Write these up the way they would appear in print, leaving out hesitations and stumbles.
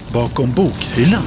bakom bokhyllan.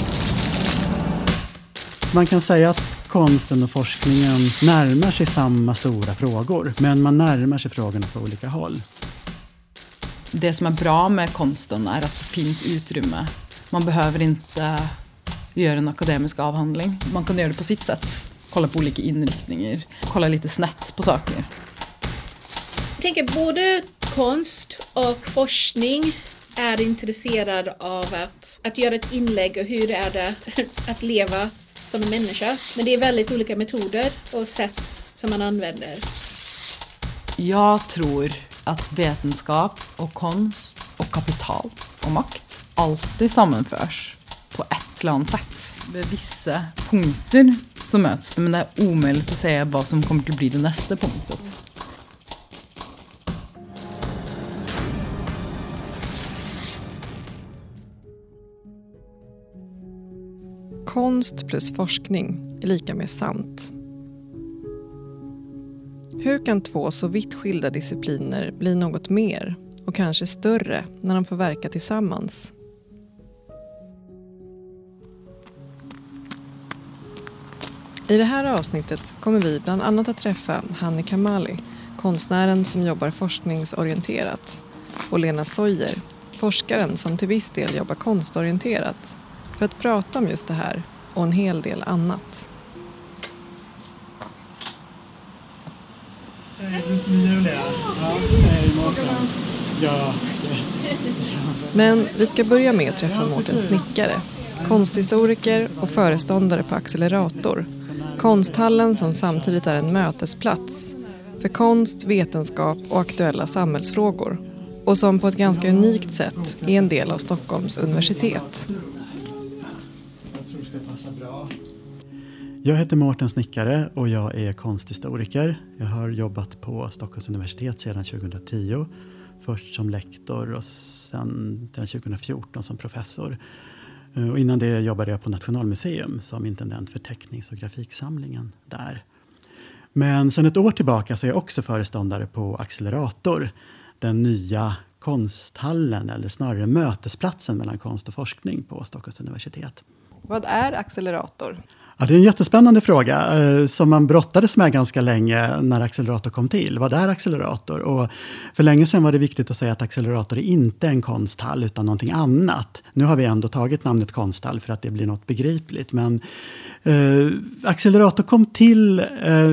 Man kan säga att konsten och forskningen närmar sig samma stora frågor, men man närmar sig frågorna på olika håll. Det som är bra med konsten är att det finns utrymme. Man behöver inte göra en akademisk avhandling. Man kan göra det på sitt sätt. Kolla på olika inriktningar. Kolla lite snett på saker. Jag tänker både konst och forskning är intresserad av att göra ett inlägg och hur är det att leva som en människa. Men det är väldigt olika metoder och sätt som man använder. Jag tror att vetenskap och konst och kapital och makt alltid sammanförs på ett eller annat sätt. Vid vissa punkter så möts det, men det är omöjligt att säga vad som kommer att bli det nästa punktet. Konst plus forskning är lika med sant. Hur kan två så vitt skilda discipliner bli något mer och kanske större när de får verka tillsammans? I det här avsnittet kommer vi bland annat att träffa Hanni Kamali, konstnären som jobbar forskningsorienterat, och Lena Sojer, forskaren som till viss del jobbar konstorienterat, för att prata om just det här och en hel del annat. Hej, du som är Julia. Ja, hej Mårten. Ja. Men vi ska börja med att träffa Mårten Snickare, konsthistoriker och föreståndare på Accelerator. Konsthallen som samtidigt är en mötesplats för konst, vetenskap och aktuella samhällsfrågor. Och som på ett ganska unikt sätt är en del av Stockholms universitet. Jag heter Mårten Snickare och jag är konsthistoriker. Jag har jobbat på Stockholms universitet sedan 2010. Först som lektor och sen 2014 som professor. Och innan det jobbade jag på Nationalmuseum som intendent för tecknings- och grafiksamlingen där. Men sedan ett år tillbaka så är jag också föreståndare på Accelerator. Den nya konsthallen, eller snarare mötesplatsen mellan konst och forskning på Stockholms universitet. Vad är Accelerator? Ja, det är en jättespännande fråga som man brottades med ganska länge när Accelerator kom till. Vad är Accelerator? Och för länge sedan var det viktigt att säga att Accelerator är inte en konsthall utan någonting annat. Nu har vi ändå tagit namnet konsthall för att det blir något begripligt. Men Accelerator kom till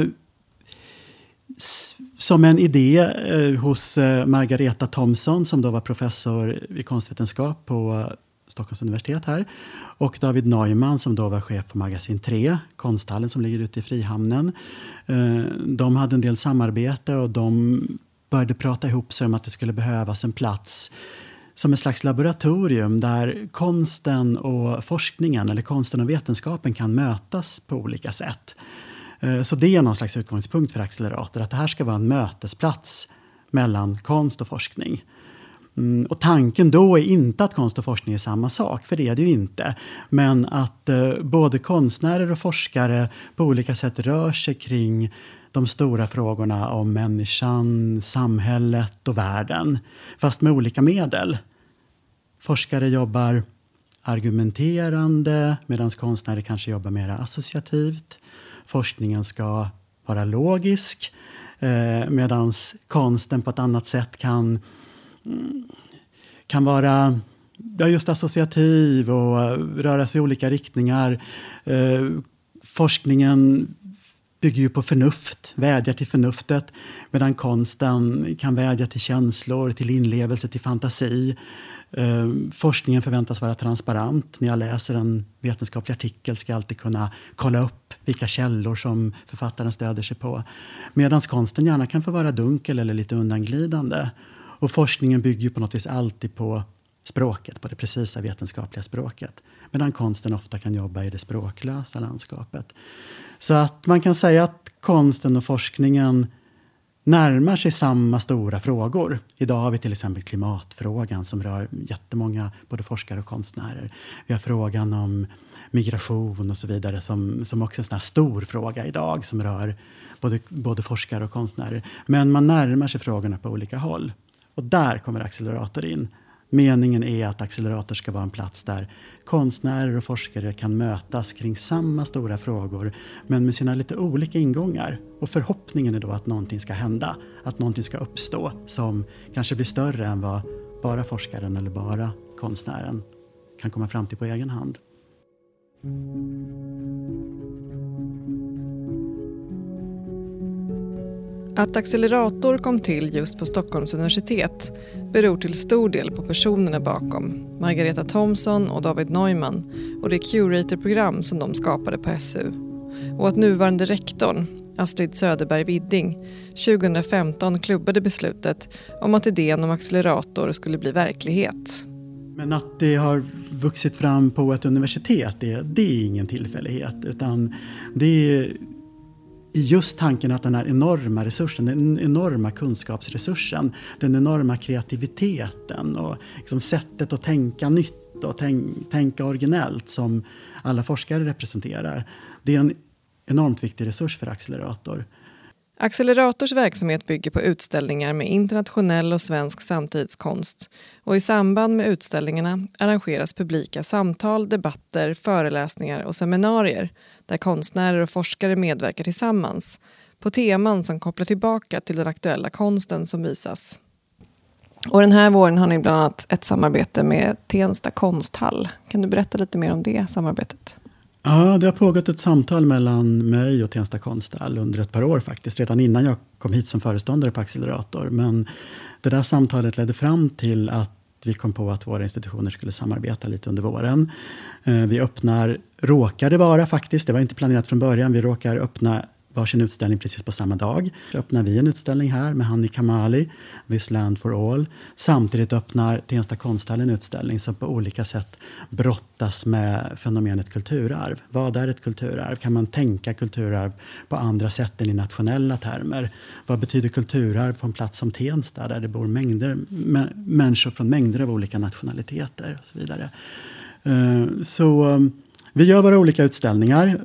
som en idé hos Margareta Thomson som då var professor i konstvetenskap på Stockholms universitet här, och David Neumann som då var chef på Magasin 3, konsthallen som ligger ute i Frihamnen. De hade en del samarbete och de började prata ihop sig om att det skulle behövas en plats som en slags laboratorium där konsten och forskningen eller konsten och vetenskapen kan mötas på olika sätt. Så det är någon slags utgångspunkt för Accelerator, att det här ska vara en mötesplats mellan konst och forskning. Och tanken då är inte att konst och forskning är samma sak, för det är det ju inte. Men att både konstnärer och forskare på olika sätt rör sig kring de stora frågorna om människan, samhället och världen. Fast med olika medel. Forskare jobbar argumenterande medan konstnärer kanske jobbar mer associativt. Forskningen ska vara logisk medan konsten på ett annat sätt kan vara just associativ och röra sig i olika riktningar. Forskningen bygger ju på förnuft, vädjar till förnuftet, medan konsten kan vädja till känslor, till inlevelse, till fantasi. Forskningen förväntas vara transparent. När jag läser en vetenskaplig artikel ska jag alltid kunna kolla upp vilka källor som författaren stöder sig på. Medan konsten gärna kan få vara dunkel eller lite undanglidande. Och forskningen bygger ju på något vis alltid på språket, på det precisa vetenskapliga språket. Medan konsten ofta kan jobba i det språklösa landskapet. Så att man kan säga att konsten och forskningen närmar sig samma stora frågor. Idag har vi till exempel klimatfrågan som rör jättemånga både forskare och konstnärer. Vi har frågan om migration och så vidare som också är en sån här stor fråga idag som rör både forskare och konstnärer. Men man närmar sig frågorna på olika håll. Och där kommer Accelerator in. Meningen är att Accelerator ska vara en plats där konstnärer och forskare kan mötas kring samma stora frågor men med sina lite olika ingångar. Och förhoppningen är då att någonting ska hända, att någonting ska uppstå som kanske blir större än vad bara forskaren eller bara konstnären kan komma fram till på egen hand. Att Accelerator kom till just på Stockholms universitet beror till stor del på personerna bakom, Margareta Thomson och David Neumann och det curator-program som de skapade på SU. Och att nuvarande rektorn, Astrid Söderberg Widding, 2015 klubbade beslutet om att idén om Accelerator skulle bli verklighet. Men att det har vuxit fram på ett universitet, det är ingen tillfällighet, utan det är just tanken att den här enorma resursen, den enorma kunskapsresursen, den enorma kreativiteten och liksom sättet att tänka nytt och tänka originellt som alla forskare representerar, det är en enormt viktig resurs för Accelerator. Accelerators verksamhet bygger på utställningar med internationell och svensk samtidskonst och i samband med utställningarna arrangeras publika samtal, debatter, föreläsningar och seminarier där konstnärer och forskare medverkar tillsammans på teman som kopplar tillbaka till den aktuella konsten som visas. Och den här våren har ni bland annat ett samarbete med Tensta konsthall. Kan du berätta lite mer om det samarbetet? Ja, det har pågått ett samtal mellan mig och Tensta konsthall under ett par år faktiskt. Redan innan jag kom hit som föreståndare på Accelerator. Men det där samtalet ledde fram till att vi kom på att våra institutioner skulle samarbeta lite under våren. Vi råkade vara faktiskt, det var inte planerat från början, vi råkar öppna varsin utställning precis på samma dag. Så öppnar vi en utställning här med Hanni Kamali, This Land for All. Samtidigt öppnar Tensta konsthall en utställning som på olika sätt brottas med fenomenet kulturarv. Vad är ett kulturarv? Kan man tänka kulturarv på andra sätt än i nationella termer? Vad betyder kulturarv på en plats som Tensta där det bor människor från mängder av olika nationaliteter och så vidare. Så vi gör våra olika utställningar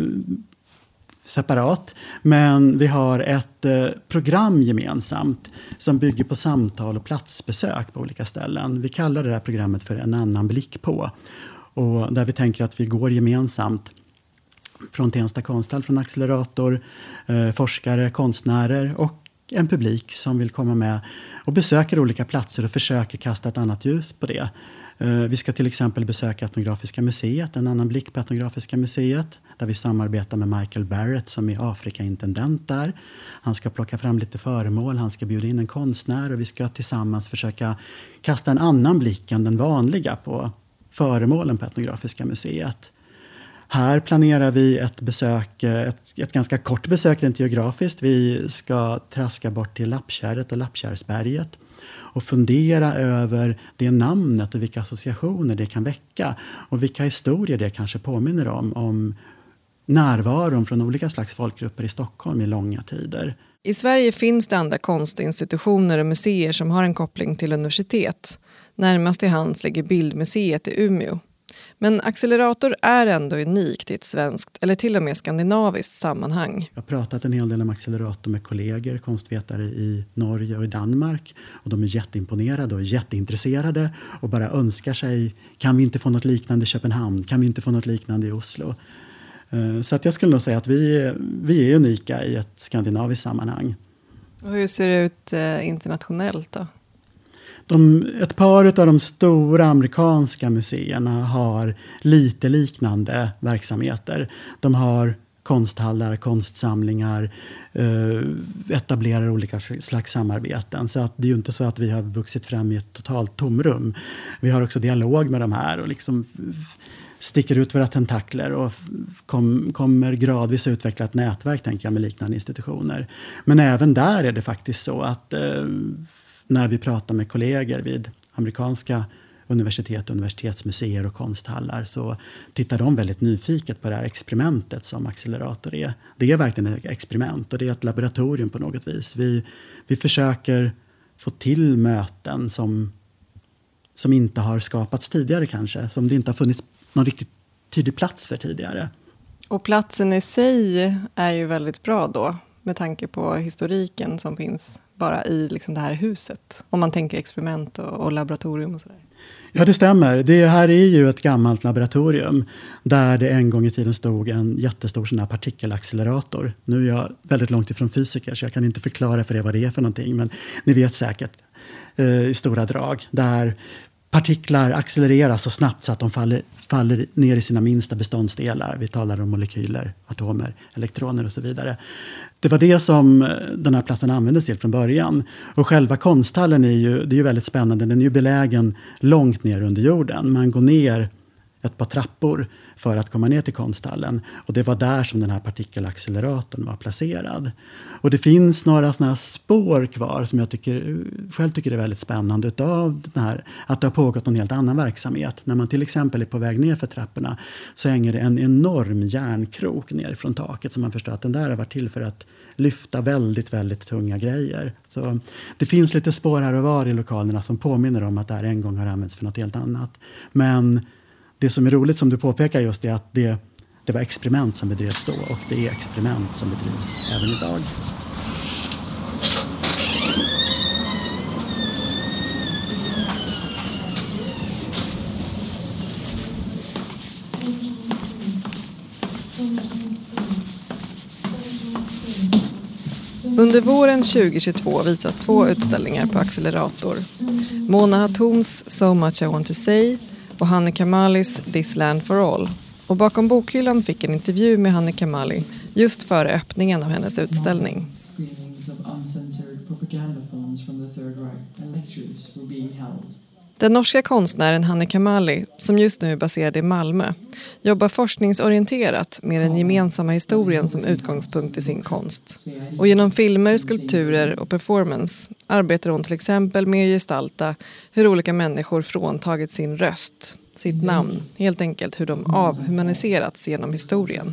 separat, men vi har ett program gemensamt som bygger på samtal och platsbesök på olika ställen. Vi kallar det här programmet för En annan blick på, och där vi tänker att vi går gemensamt från Tensta konsthall, från Accelerator, forskare, konstnärer och en publik som vill komma med och besöker olika platser och försöker kasta ett annat ljus på det. Vi ska till exempel besöka Etnografiska museet, En annan blick på Etnografiska museet, där vi samarbetar med Michael Barrett som är Afrikaintendent där. Han ska plocka fram lite föremål, han ska bjuda in en konstnär och vi ska tillsammans försöka kasta en annan blick än den vanliga på föremålen på Etnografiska museet. Här planerar vi ett besök, ett ganska kort besök rent geografiskt. Vi ska traska bort till Lappkärret och Lappkärrsberget och fundera över det namnet och vilka associationer det kan väcka och vilka historier det kanske påminner om närvaron från olika slags folkgrupper i Stockholm i långa tider. I Sverige finns det andra konstinstitutioner och museer som har en koppling till universitet. Närmast till hands ligger Bildmuseet i Umeå. Men Accelerator är ändå unikt i ett svenskt eller till och med skandinaviskt sammanhang. Jag har pratat en hel del om Accelerator med kollegor, konstvetare i Norge och i Danmark. Och de är jätteimponerade och jätteintresserade och bara önskar sig, kan vi inte få något liknande i Köpenhamn? Kan vi inte få något liknande i Oslo? Så att jag skulle nog säga att vi är unika i ett skandinaviskt sammanhang. Och hur ser det ut internationellt då? Ett par av de stora amerikanska museerna har lite liknande verksamheter. De har konsthallar, konstsamlingar, etablerar olika slags samarbeten. Så att det är ju inte så att vi har vuxit fram i ett totalt tomrum. Vi har också dialog med de här och liksom sticker ut våra tentakler och kommer gradvis utveckla ett nätverk, tänker jag, med liknande institutioner. Men även där är det faktiskt så att när vi pratar med kollegor vid amerikanska universitet, universitetsmuseer och konsthallar så tittar de väldigt nyfiket på det här experimentet som Accelerator är. Det är verkligen ett experiment och det är ett laboratorium på något vis. Vi försöker få till möten som inte har skapats tidigare kanske, som det inte har funnits någon riktigt tydlig plats för tidigare. Och platsen i sig är ju väldigt bra då. med tanke på historiken som finns bara i liksom det här huset. Om man tänker experiment och laboratorium och sådär. Ja, det stämmer. Det här är ju ett gammalt laboratorium där det en gång i tiden stod en jättestor sån här partikelaccelerator. Nu är jag väldigt långt ifrån fysiker så jag kan inte förklara för er vad det är för någonting, men ni vet säkert i stora drag. Där partiklar accelererar så snabbt så att de faller ner i sina minsta beståndsdelar. Vi talar om molekyler, atomer, elektroner och så vidare. Det var det som den här platsen användes till från början. Och själva konsthallen det är ju väldigt spännande. Den är ju belägen långt ner under jorden. Man går ner ett par trappor för att komma ner till konsthallen. Och det var där som den här partikelacceleratorn var placerad. Och det finns några såna här spår kvar som jag själv tycker är väldigt spännande utav den här, att det har pågått någon helt annan verksamhet. När man till exempel är på väg ner för trapporna så hänger det en enorm järnkrok ner från taket, så man förstår att den där har varit till för att lyfta väldigt, väldigt tunga grejer. Så det finns lite spår här och var i lokalerna som påminner om att det här en gång har använts för något helt annat. Men det som är roligt som du påpekar just är att det var experiment som bedrevs då och det är experiment som bedrivs även idag. Under våren 2022 visas 2 utställningar på Accelerator. Mona Hatoms So Much I Want To Say och Hanne Kamalis This Land For All. Och bakom bokhyllan fick en intervju med Hanne Kamali just före öppningen av hennes utställning. Den norska konstnären Hanne Kamali, som just nu är baserad i Malmö, jobbar forskningsorienterat med den gemensamma historien som utgångspunkt i sin konst. Och genom filmer, skulpturer och performance arbetar hon till exempel med att gestalta hur olika människor fråntagit sin röst, sitt namn, helt enkelt hur de avhumaniserats genom historien.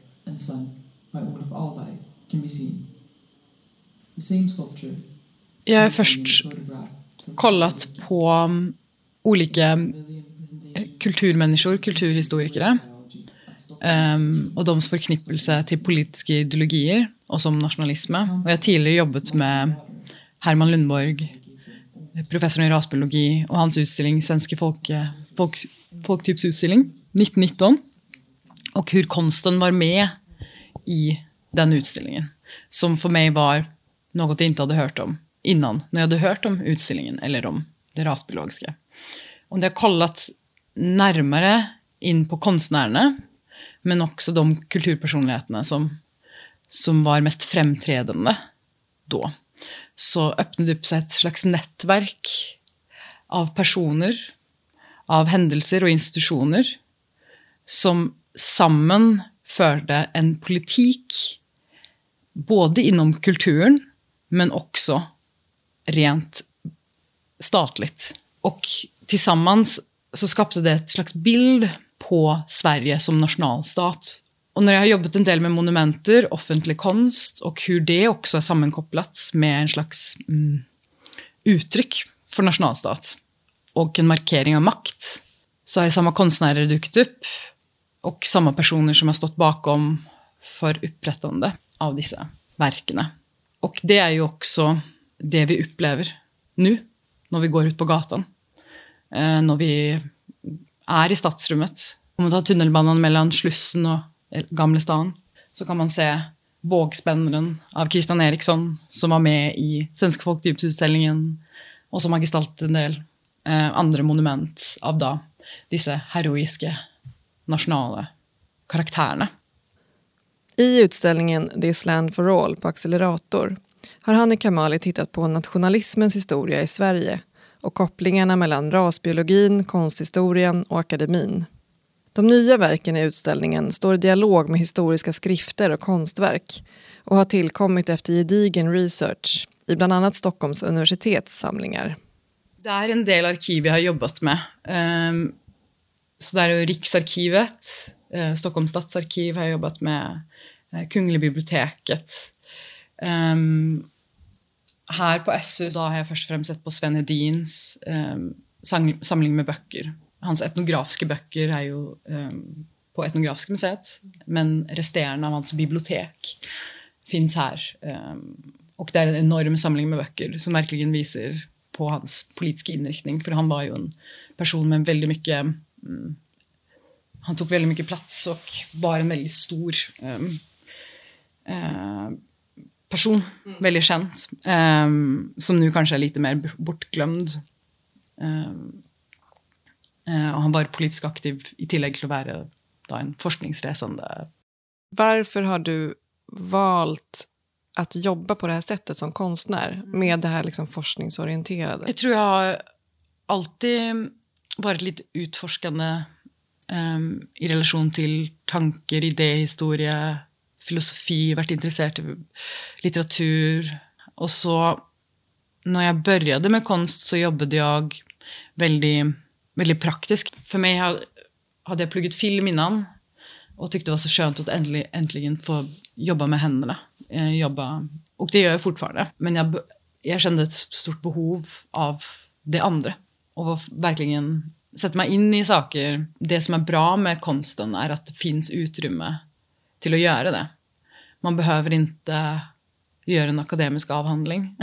Jag har först kollat på olika kulturmänniskor, kulturhistoriker och deras förknippelse till politiska ideologier och som nationalism. Och jag tidigare jobbat med Herman Lundborg, professor i rasbiologi, och hans utställning Svenska folktypsutställning 1919 och hur konsten var med i den utställningen, som för mig var något jag inte hade hört om innan, när jag hade hört om utställningen eller om det rasbiologiska. Och det har kollat närmare in på konstnärerna, men också de kulturpersonligheterna som var mest framträdande då. Så öppnade upp sig ett slags nätverk av personer, av händelser och institutioner som samman förde en politik både inom kulturen men också rent statligt. Och tillsammans så skapade det ett slags bild på Sverige som nationalstat. Och när jag har jobbat en del med monumenter, offentlig konst och hur det också är sammankopplat med en slags uttryck för nationalstat och en markering av makt, så har samma konstnärer dykt upp och samma personer som har stått bakom för upprättande av dessa verkena. Och det är ju också det vi upplever nu när vi går ut på gatan. När vi är i stadsrummet. Om man tar tunnelbanan mellan Slussen och Gamla stan så kan man se bågspännaren av Christian Eriksson som var med i Svenska folktypsutställningen och som har gestaltat en del andra monument av då dessa heroiska nationella karaktärerna. I utställningen This Land For All på Accelerator har Hanne Kamali tittat på nationalismens historia i Sverige och kopplingarna mellan rasbiologin, konsthistorien och akademin. De nya verken i utställningen står i dialog med historiska skrifter och konstverk och har tillkommit efter gedigen research i bland annat Stockholms universitets samlingar. Det är en del arkiv jag har jobbat med. Så där är Riksarkivet, Stockholms stadsarkiv har jag jobbat med, Kungliga biblioteket. Här på SU då har jag först och främst sett på Sven Hedins samling med böcker. Hans etnografiska böcker är ju på Etnografiska museet, men resterande av hans bibliotek finns här. Och det är en enorm samling med böcker som verkligen visar på hans politiska inriktning. För han var ju en person med väldigt mycket... han tog väldigt mycket plats och var en väldigt stor person. Väldigt känd. Som nu kanske är lite mer bortglömd. Och han var politiskt aktiv i tillägg till att vara då en forskningsresande. Varför har du valt att jobba på det här sättet som konstnär med det här liksom forskningsorienterade? Jag tror jag har alltid varit lite utforskande i relation till tankar, idéhistoria, filosofi, varit intresserad av litteratur. Och så när jag började med konst så jobbade jag väldigt praktiskt. För mig hade jag pluggat film innan och tyckte det var så skönt att äntligen få jobba med händerna. Och det gör jag fortfarande. Men jag kände ett stort behov av det andra. Och verkligen sätta mig in i saker. Det som är bra med konsten är att det finns utrymme till att göra det. Man behöver inte göra en akademisk avhandling.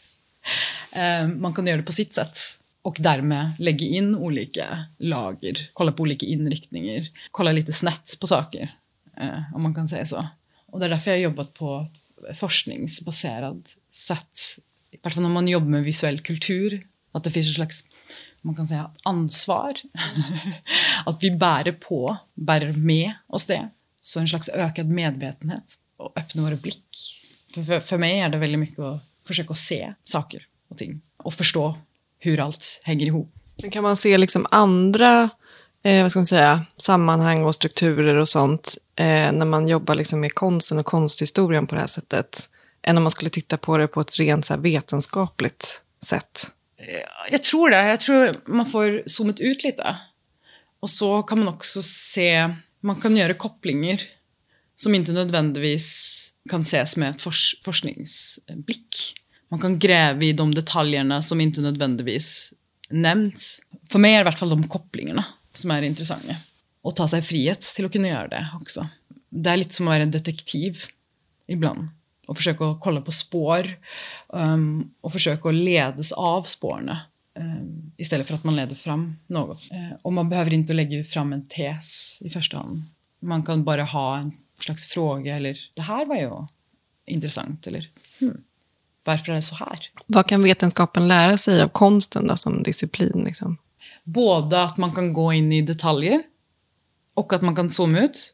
Man kan göra det på sitt sätt. Och därmed lägga in olika lager. Kolla på olika inriktningar. Kolla lite snett på saker. Om man kan säga så. Och det är därför jag har jobbat på forskningsbaserad sätt. I alla fall när man jobbar med visuell kultur. Att det finns en slags, man kan säga, ansvar. Att vi bär med oss det. Så en slags ökad medvetenhet. Och öppna våra blick. För mig är det väldigt mycket att försöka se saker och ting. Och förstå hur allt hänger ihop. Men kan man se liksom andra sammanhang och strukturer och sånt när man jobbar liksom med konsten och konsthistorien på det här sättet än om man skulle titta på det på ett rent så här vetenskapligt sätt? Jag tror det. Jag tror man får zoomat ut lite. Och så kan man också se, man kan göra kopplingar som inte nödvändigtvis kan ses med ett forskningsblick. Man kan gräva i de detaljerna som inte nödvändigtvis nämns. För mig är det i alla fall de kopplingarna som är intressanta. Och ta sig frihet till att kunna göra det också. Det är lite som att vara en detektiv ibland. Och försöka kolla på spår. Och försöka ledas av spåren. Istället för att man leder fram något. Och man behöver inte lägga fram en tes i första hand. Man kan bara ha en slags fråga. Eller det här var ju intressant. Eller varför är det så här? Vad kan vetenskapen lära sig av konsten då, som disciplin? Liksom? Både att man kan gå in i detaljer och att man kan zooma ut.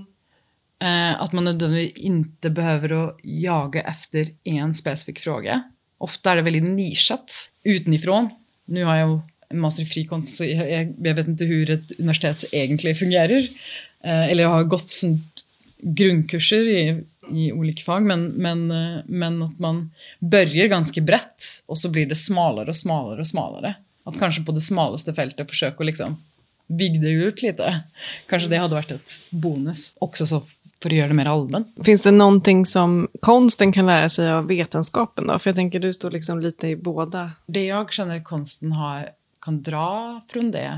Att man inte behöver att jaga efter en specifik fråga. Ofta är det väldigt nischat utifrån. Nu har jag en master i frikonst så jag vet inte hur ett universitet egentligen fungerar. Eller jag har gått grundkurser i olika fag, men att man börjar ganska brett och så blir det smalare och smalare och smalare. Att kanske på det smalaste fältet försöka liksom vigda ut lite. Kanske det hade varit ett bonus. Också så för att göra det mer allmänt. Finns det någonting som konsten kan lära sig av vetenskapen då? För jag tänker du står liksom lite i båda. Det jag känner konsten kan dra från det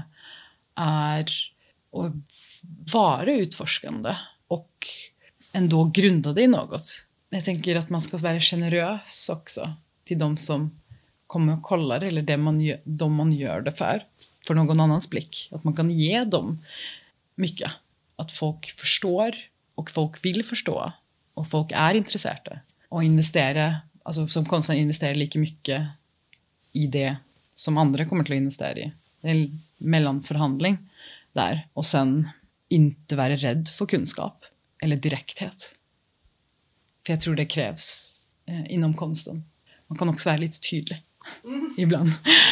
är att vara utforskande och ändå grundade i något. Jag tänker att man ska vara generös också till de som kommer och kollar eller de man gör det för någon annans blick. Att man kan ge dem mycket. Att folk förstår och folk vill förstå och folk är intresserade. Och investera, alltså som konstnär investerar lika mycket i det som andra kommer till att investera i. Det är en mellanförhandling där. Och sen inte vara rädd för kunskap eller direkthet. För jag tror det krävs inom konsten. Man kan också vara lite tydlig ibland.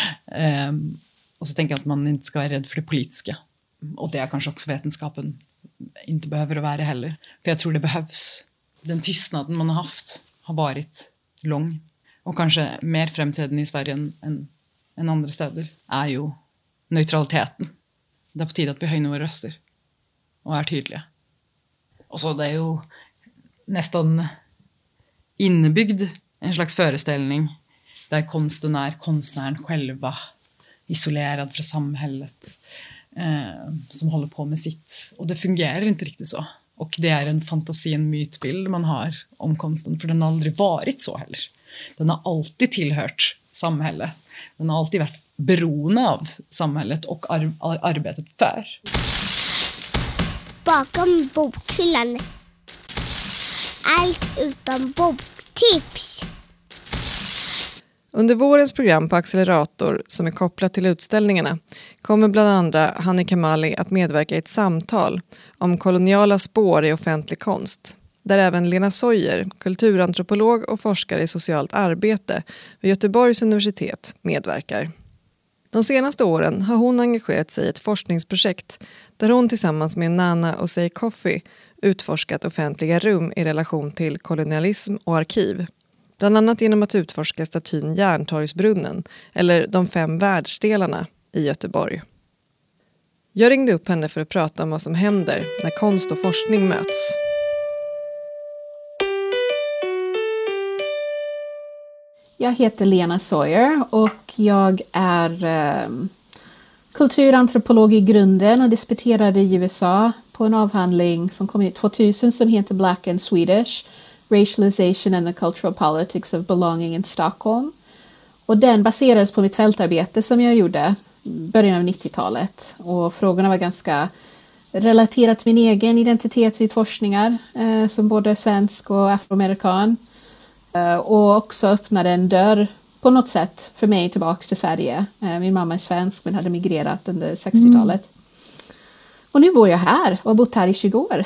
Och så tänker jag att man inte ska vara rädd för det politiska. Och det är kanske också vetenskapen inte behöver vara heller. För jag tror det behövs. Den tystnaden man har haft har varit lång. Och kanske mer framtiden i Sverige än andra städer är ju neutraliteten. Det är på tid att vi höjer våra röster. Och är tydliga. Och så det är ju nästan innebyggd en slags föreställning där konsten är konstnären själva isolerad från samhället som håller på med sitt. Och det fungerar inte riktigt så. Och det är en fantasi, en mytbild man har om konsten, för den har aldrig varit så heller. Den har alltid tillhört samhället. Den har alltid varit beroende av samhället och arbetet för. Bakom bokhyllan. Allt utom boktips. Under vårens program på Accelerator, som är kopplat till utställningarna, kommer bland andra Hani Kamali att medverka i ett samtal om koloniala spår i offentlig konst. Där även Lena Soyer, kulturantropolog och forskare i socialt arbete vid Göteborgs universitet, medverkar. De senaste åren har hon engagerat sig i ett forskningsprojekt där hon tillsammans med Nana Osei Coffey utforskat offentliga rum i relation till kolonialism och arkiv. Bland annat genom att utforska statyn Järntorgsbrunnen eller de 5 världsdelarna i Göteborg. Jag ringde upp henne för att prata om vad som händer när konst och forskning möts. Jag heter Lena Soyer och jag är kulturantropolog i grunden och disputerade i USA på en avhandling som kom ut 2000 som heter Black and Swedish, Racialization and the Cultural Politics of Belonging in Stockholm. Och den baserades på mitt fältarbete som jag gjorde i början av 90-talet. Och frågorna var ganska relaterat till min egen identitetsutforskningar som både svensk och afroamerikan. Och också öppnade en dörr på något sätt för mig tillbaka till Sverige. Min mamma är svensk men hade migrerat under 60-talet. Och nu bor jag här och har bott här i 20 år.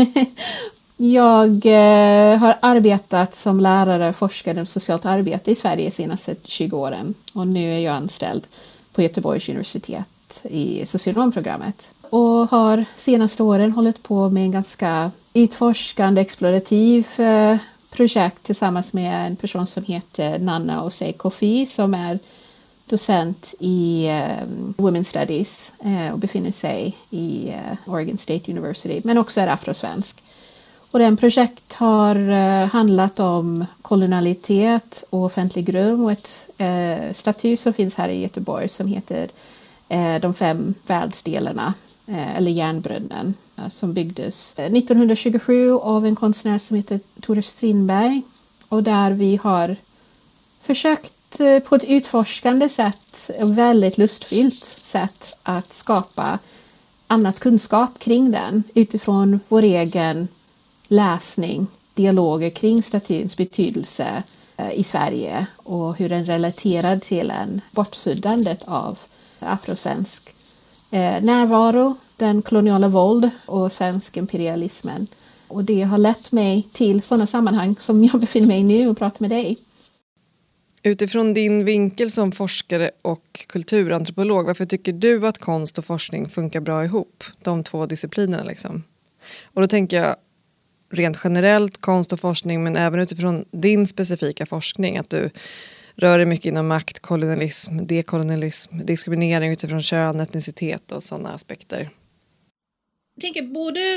Jag har arbetat som lärare och forskare om socialt arbete i Sverige de senaste 20 åren. Och nu är jag anställd på Göteborgs universitet i socionomprogrammet. Och har senaste åren hållit på med en ganska utforskande, explorativ projekt tillsammans med en person som heter Nana Osei Coffey som är docent i Women's Studies och befinner sig i Oregon State University men också är afrosvensk. Och den projekt har handlat om kolonialitet och offentlig rum och ett staty som finns här i Göteborg som heter de 5 världsdelarna eller Järnbrunnen som byggdes 1927 av en konstnär som heter Tore Strindberg och där vi har försökt på ett utforskande sätt, ett väldigt lustfyllt sätt att skapa annat kunskap kring den utifrån vår egen läsning, dialoger kring statyns betydelse i Sverige och hur den relaterar till en bortsuddandet av afrosvensk närvaro, den koloniala våld och svensk imperialismen. Och det har lett mig till sådana sammanhang som jag befinner mig i nu och pratar med dig. Utifrån din vinkel som forskare och kulturantropolog, varför tycker du att konst och forskning funkar bra ihop? De 2 disciplinerna liksom. Och då tänker jag rent generellt konst och forskning men även utifrån din specifika forskning att du rör dig mycket inom makt, kolonialism, dekolonialism, diskriminering utifrån kön, etnicitet och sådana aspekter. Jag tänker både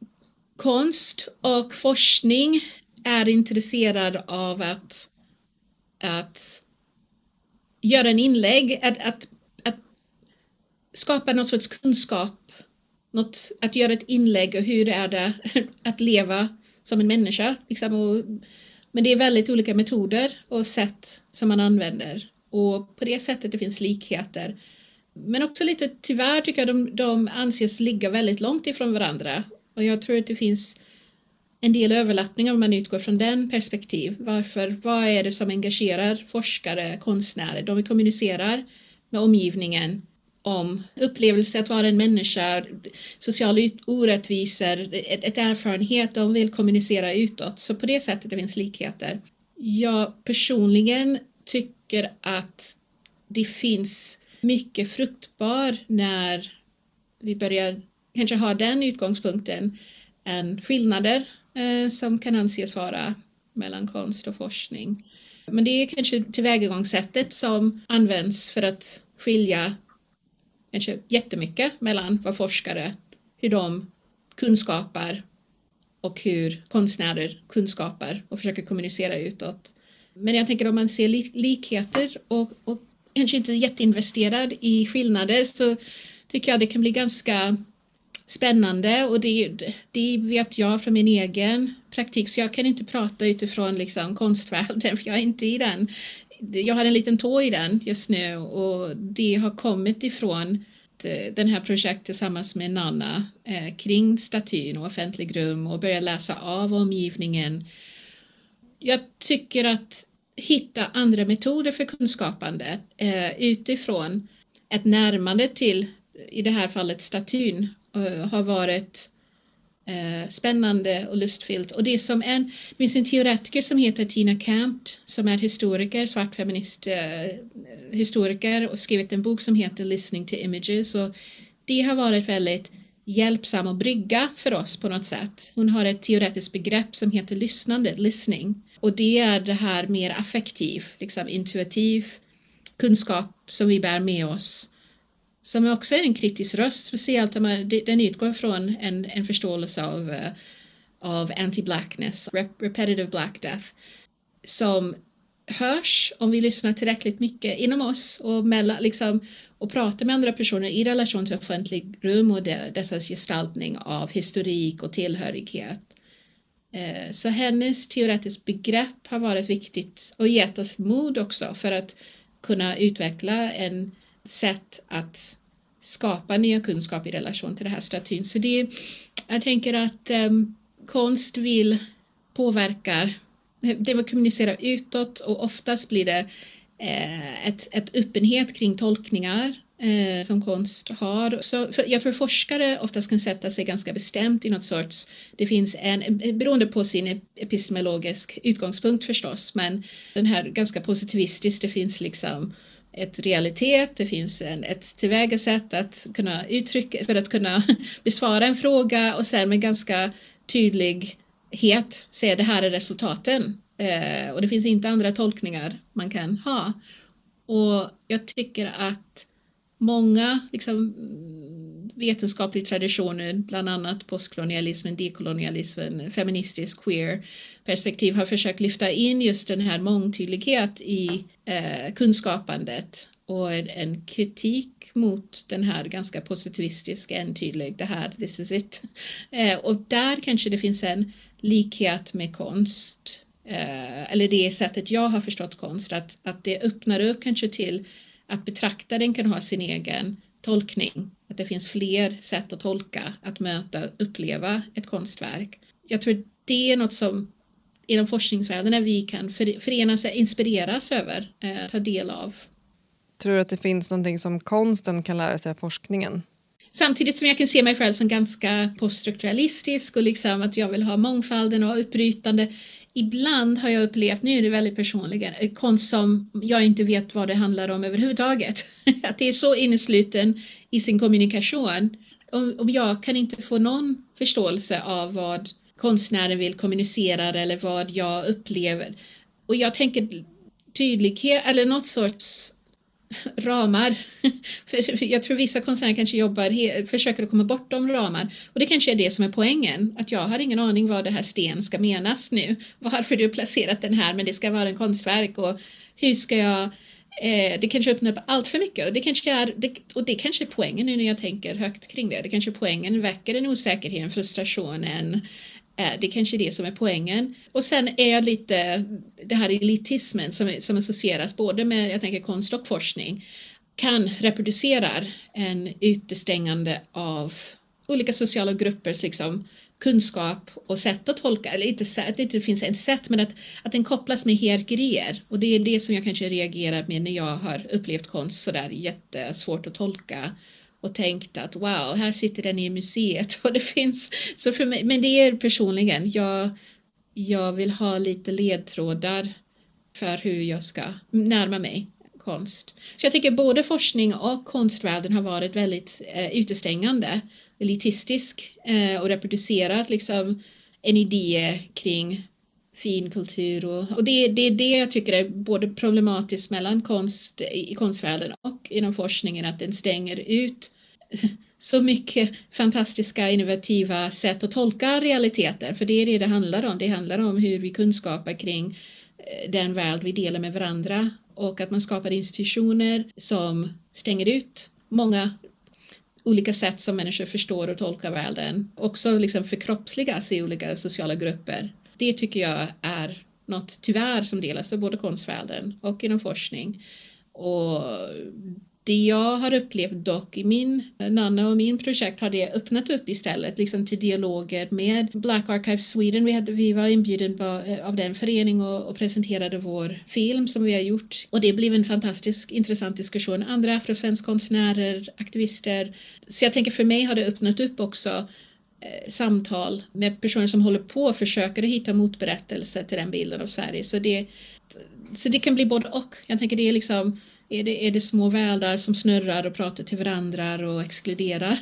konst och forskning är intresserad av att göra en inlägg, att skapa någon sorts kunskap, att göra ett inlägg och hur är det att leva som en människa. Liksom, men det är väldigt olika metoder och sätt som man använder. Och på det sättet det finns likheter. Men också lite tyvärr tycker jag de anses ligga väldigt långt ifrån varandra. Och jag tror att det finns en del överlappningar om man utgår från den perspektiv. Vad är det som engagerar forskare, konstnärer? De kommunicerar med omgivningen om upplevelse att vara en människa, social orättvisor, ett erfarenhet de vill kommunicera utåt. Så på det sättet det finns likheter. Jag personligen tycker att det finns mycket fruktbar när vi börjar kanske ha den utgångspunkten än skillnader som kan anses vara mellan konst och forskning. Men det är kanske tillvägagångssättet som används för att skilja kanske jättemycket mellan vad forskare, hur de kunskapar och hur konstnärer kunskapar och försöker kommunicera utåt. Men jag tänker om man ser likheter och kanske inte jätteinvesterad i skillnader så tycker jag det kan bli ganska spännande, och det vet jag från min egen praktik, så jag kan inte prata utifrån liksom konstvärlden, för jag är inte i den. Jag har en liten tå i den just nu, och det har kommit ifrån den här projektet tillsammans med Nanna kring statyn och offentlig rum, och börja läsa av omgivningen. Jag tycker att hitta andra metoder för kunskapande utifrån ett närmande till, i det här fallet, statyn har varit spännande och lustfyllt. Och det finns en teoretiker som heter Tina Campt, som är historiker, svart feminist historiker, och skrivit en bok som heter Listening to Images, och det har varit väldigt hjälpsam och brygga för oss på något sätt. Hon har ett teoretiskt begrepp som heter lyssnande, listening, och det är det här mer affektiv, liksom intuitiv kunskap som vi bär med oss, som också är en kritisk röst, speciellt om den utgår från en förståelse av anti-blackness, repetitive black death, som hörs om vi lyssnar tillräckligt mycket inom oss och pratar med andra personer i relation till offentlig rum och dessas gestaltning av historik och tillhörighet. Så hennes teoretiskt begrepp har varit viktigt och gett oss mod också för att kunna utveckla en sätt att skapa nya kunskap i relation till det här statyn. Så jag tänker att konst vill påverka, det vill kommunicera utåt, och oftast blir det ett öppenhet kring tolkningar som konst har. Så jag tror forskare oftast kan sätta sig ganska bestämt i något sorts, det finns beroende på sin epistemologisk utgångspunkt förstås, men den här ganska positivistisk, det finns liksom ett realitet, det finns ett tillvägasätt att kunna uttrycka, för att kunna besvara en fråga, och sen med ganska tydlighet säga det här är resultaten, och det finns inte andra tolkningar man kan ha. Och jag tycker att många liksom vetenskapliga traditioner, bland annat postkolonialismen, dekolonialismen, feministisk queer perspektiv, har försökt lyfta in just den här mångtydlighet i kunskapandet, och en kritik mot den här ganska positivistiska, entydlig, det här, this is it. Och där kanske det finns en likhet med konst, eller det sättet jag har förstått konst, att det öppnar upp kanske till att betraktaren kan ha sin egen tolkning, att det finns fler sätt att tolka, att möta, uppleva ett konstverk. Jag tror det är något som inom forskningsvärlden vi kan förenas och inspireras över, ta del av. Tror du att det finns någonting som konsten kan lära sig av forskningen? Samtidigt som jag kan se mig själv som ganska poststrukturalistisk, och liksom att jag vill ha mångfalden och uppbrytande. Ibland har jag upplevt, nu är det väldigt personligen, konst som jag inte vet vad det handlar om överhuvudtaget. Att det är så innesluten i sin kommunikation. Om jag kan inte få någon förståelse av vad konstnären vill kommunicera eller vad jag upplever. Och jag tänker tydlighet eller något sorts ramar. För jag tror vissa konstnärer kanske försöker komma bortom ramar, och det kanske är det som är poängen, att jag har ingen aning vad det här sten ska menas nu, varför du har placerat den här, men det ska vara en konstverk, och hur ska jag det kanske öppnar upp allt för mycket, och det kanske är poängen nu när jag tänker högt kring det kanske poängen väcker en osäkerhet, en frustration, det kanske är det som är poängen. Och sen är jag lite det här elitismen som associeras både med, jag tänker, konst och forskning, kan reproducera en utestängande av olika sociala gruppers liksom kunskap och sätt att tolka, eller inte att det inte finns en sätt, men att den kopplas med hierarkier, och det är det som jag kanske reagerar med när jag har upplevt konst sådär jättesvårt att tolka och tänkt att wow, här sitter den i museet, och det finns så för mig, men det är personligen, jag vill ha lite ledtrådar för hur jag ska närma mig konst. Så jag tycker både forskning och konstvärlden har varit väldigt utestängande, elitistisk, och reproducerat liksom en idé kring fin kultur, och det är det jag tycker är både problematiskt mellan konst i konstvärlden och inom forskningen, att den stänger ut så mycket fantastiska, innovativa sätt att tolka realiteter, för det är det handlar om. Det handlar om hur vi kunskapar kring den värld vi delar med varandra, och att man skapar institutioner som stänger ut många olika sätt som människor förstår och tolkar världen också liksom förkroppsligas i olika sociala grupper. Det tycker jag är något tyvärr som delas av både konstvärlden och inom forskning. Och det jag har upplevt dock i Nanna och min projekt har det öppnat upp istället liksom till dialoger med Black Archives Sweden. Vi var inbjuden av den förening och presenterade vår film som vi har gjort. Och det blev en fantastisk intressant diskussion. Andra afrosvenska konstnärer, aktivister. Så jag tänker för mig har det öppnat upp också samtal med personer som håller på och försöker hitta motberättelser till den bilden av Sverige. Så det kan bli både och. Jag tänker det är liksom är det små världar som snurrar och pratar till varandra och exkluderar?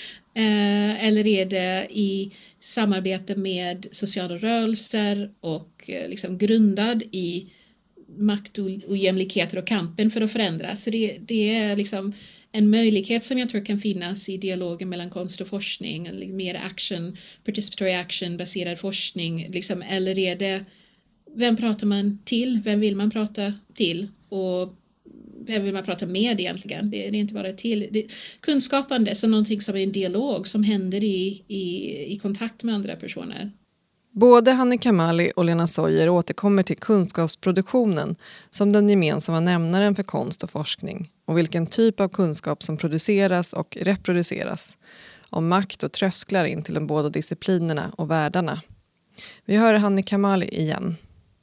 Eller är det i samarbete med sociala rörelser och liksom grundad i makt och ojämlikheter och kampen för att förändra? Så det är liksom en möjlighet som jag tror kan finnas i dialogen mellan konst och forskning, mer participatory action baserad forskning, liksom, eller är det vem pratar man till, vem vill man prata till och vem vill man prata med egentligen? Det är inte bara till. Kunskapande som någonting som är en dialog som händer i kontakt med andra personer. Både Hanni Kamali och Lena Sojer återkommer till kunskapsproduktionen som den gemensamma nämnaren för konst och forskning och vilken typ av kunskap som produceras och reproduceras, om makt och trösklar in till de båda disciplinerna och världarna. Vi hör Hanni Kamali igen.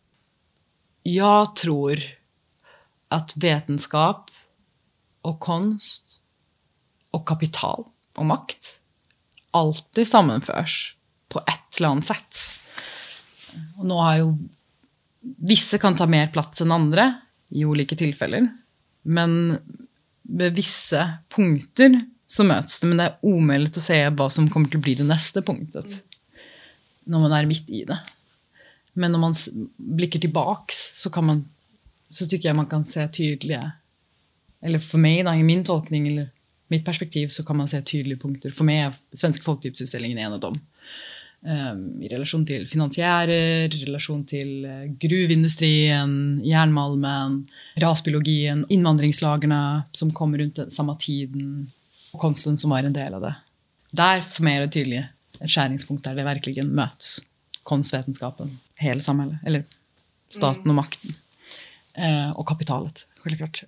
Jag tror att vetenskap och konst och kapital och makt alltid sammanförs på ett eller annat sätt. Och nu har ju vissa kan ta mer plats än andra i olika tillfällen, men med vissa punkter så möts det, men det är omöjligt att säga vad som kommer att bli det nästa punktet när man är mitt i det. Men om man blickar tillbaks så tycker jag man kan se tydliga, eller för mig då, i min tolkning eller mitt perspektiv så kan man se tydliga punkter. För mig är Svenska folktypsutställningen en av dem. I relation till finansiärer, i relation till gruvindustrin, järnmalmen, rasbiologin, invandringslagarna som kommer runt samma tiden och konsten som är en del av det. Där för mig är det tydligt en skärningspunkt där det verkligen möts. Konstvetenskapen, hela samhället, eller staten och makten. Och kapitalet, självklart.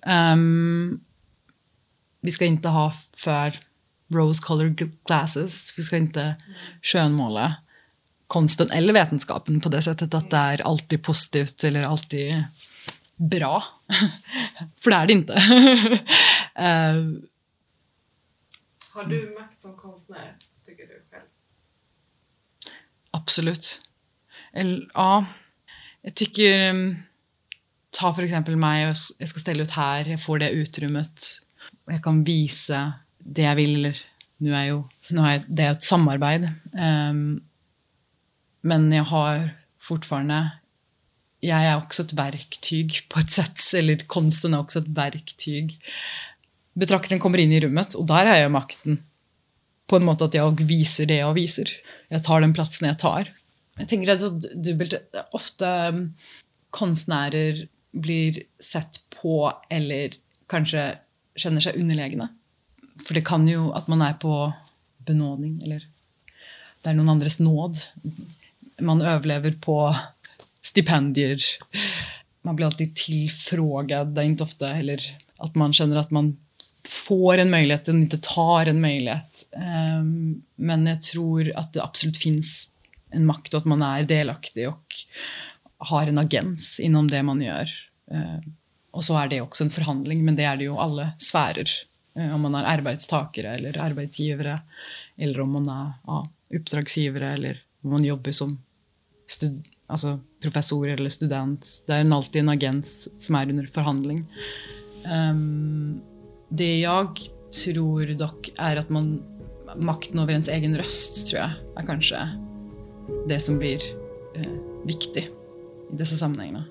Vi ska inte ha för rose-colored glasses. Vi ska inte skönmåla konsten eller vetenskapen på det sättet att det är alltid positivt eller alltid bra. För det är det inte. Har du makt som konstnär, tycker du själv? Absolut. Ja, jag tycker... Ta för exempel mig, jag ska ställa ut här, jag får det utrymmet. Jag kan visa det jag vill. Nu är det ett samarbete. Men jag är också ett verktyg på ett sätt. Eller konsten är också ett verktyg. Betraktaren kommer in i rummet och där har jag makten. På en måte att jag visar det jag visar. Jag tar den platsen jag tar. Jag tänker att det är så dubbelt. Ofta konstnärer blir sett på eller kanske känner sig underlägna. För det kan ju att man är på benådning eller det är någon andres nåd. Man överlever på stipendier. Man blir alltid tillfrågad. Det är inte ofta heller att man känner att man får en möjlighet och inte tar en möjlighet. Men jag tror att det absolut finns en makt och att man är delaktig och har en agens inom det man gör. Och så är det också en förhandling, men det är det ju alla sfärer. Om man är arbetstagare eller arbetsgivare, eller om man är uppdragsgivare, eller om man jobbar som professor eller student. Det är alltid en agens som är under förhandling. Det jag tror dock är att makten över ens egen röst, tror jag, är kanske det som blir viktigt i dessa sammanhang.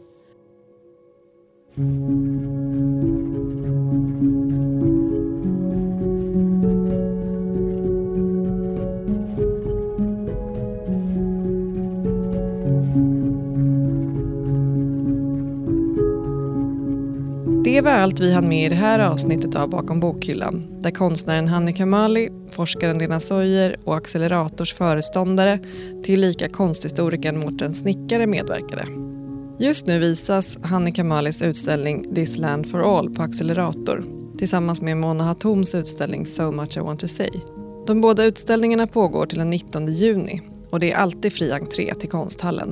Det Det var allt vi hann med i det här avsnittet av Bakom bokhyllan, där konstnären Hanni Kamali, forskaren Lena Sojer och Accelerators föreståndare tillika konsthistorikern Mårten Snickare medverkade. Just nu visas Hanni Kamalis utställning This Land for All på Accelerator tillsammans med Mona Hatoms utställning So Much I Want to Say. De båda utställningarna pågår till den 19 juni och det är alltid fri entré till konsthallen.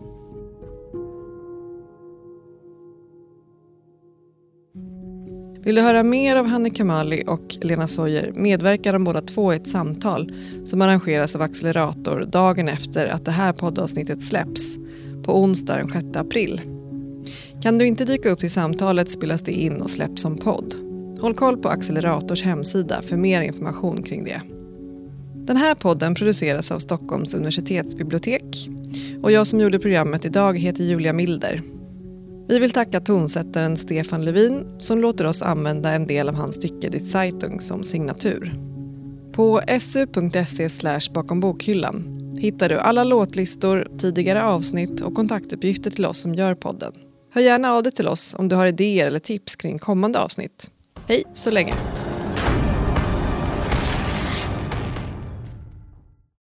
Vill du höra mer av Hanni Kamali och Lena Sojer medverkar de båda två i ett samtal som arrangeras av Accelerator dagen efter att det här poddavsnittet släpps på onsdag den 6 april. Kan du inte dyka upp till samtalet spelas det in och släpps som podd. Håll koll på Accelerators hemsida för mer information kring det. Den här podden produceras av Stockholms universitetsbibliotek och jag som gjorde programmet idag heter Julia Milder. Vi vill tacka tonsättaren Stefan Levin som låter oss använda en del av hans stycke Ditt Zeitung som signatur. På su.se/bakombokhyllan hittar du alla låtlistor, tidigare avsnitt och kontaktuppgifter till oss som gör podden. Hör gärna av dig till oss om du har idéer eller tips kring kommande avsnitt. Hej så länge!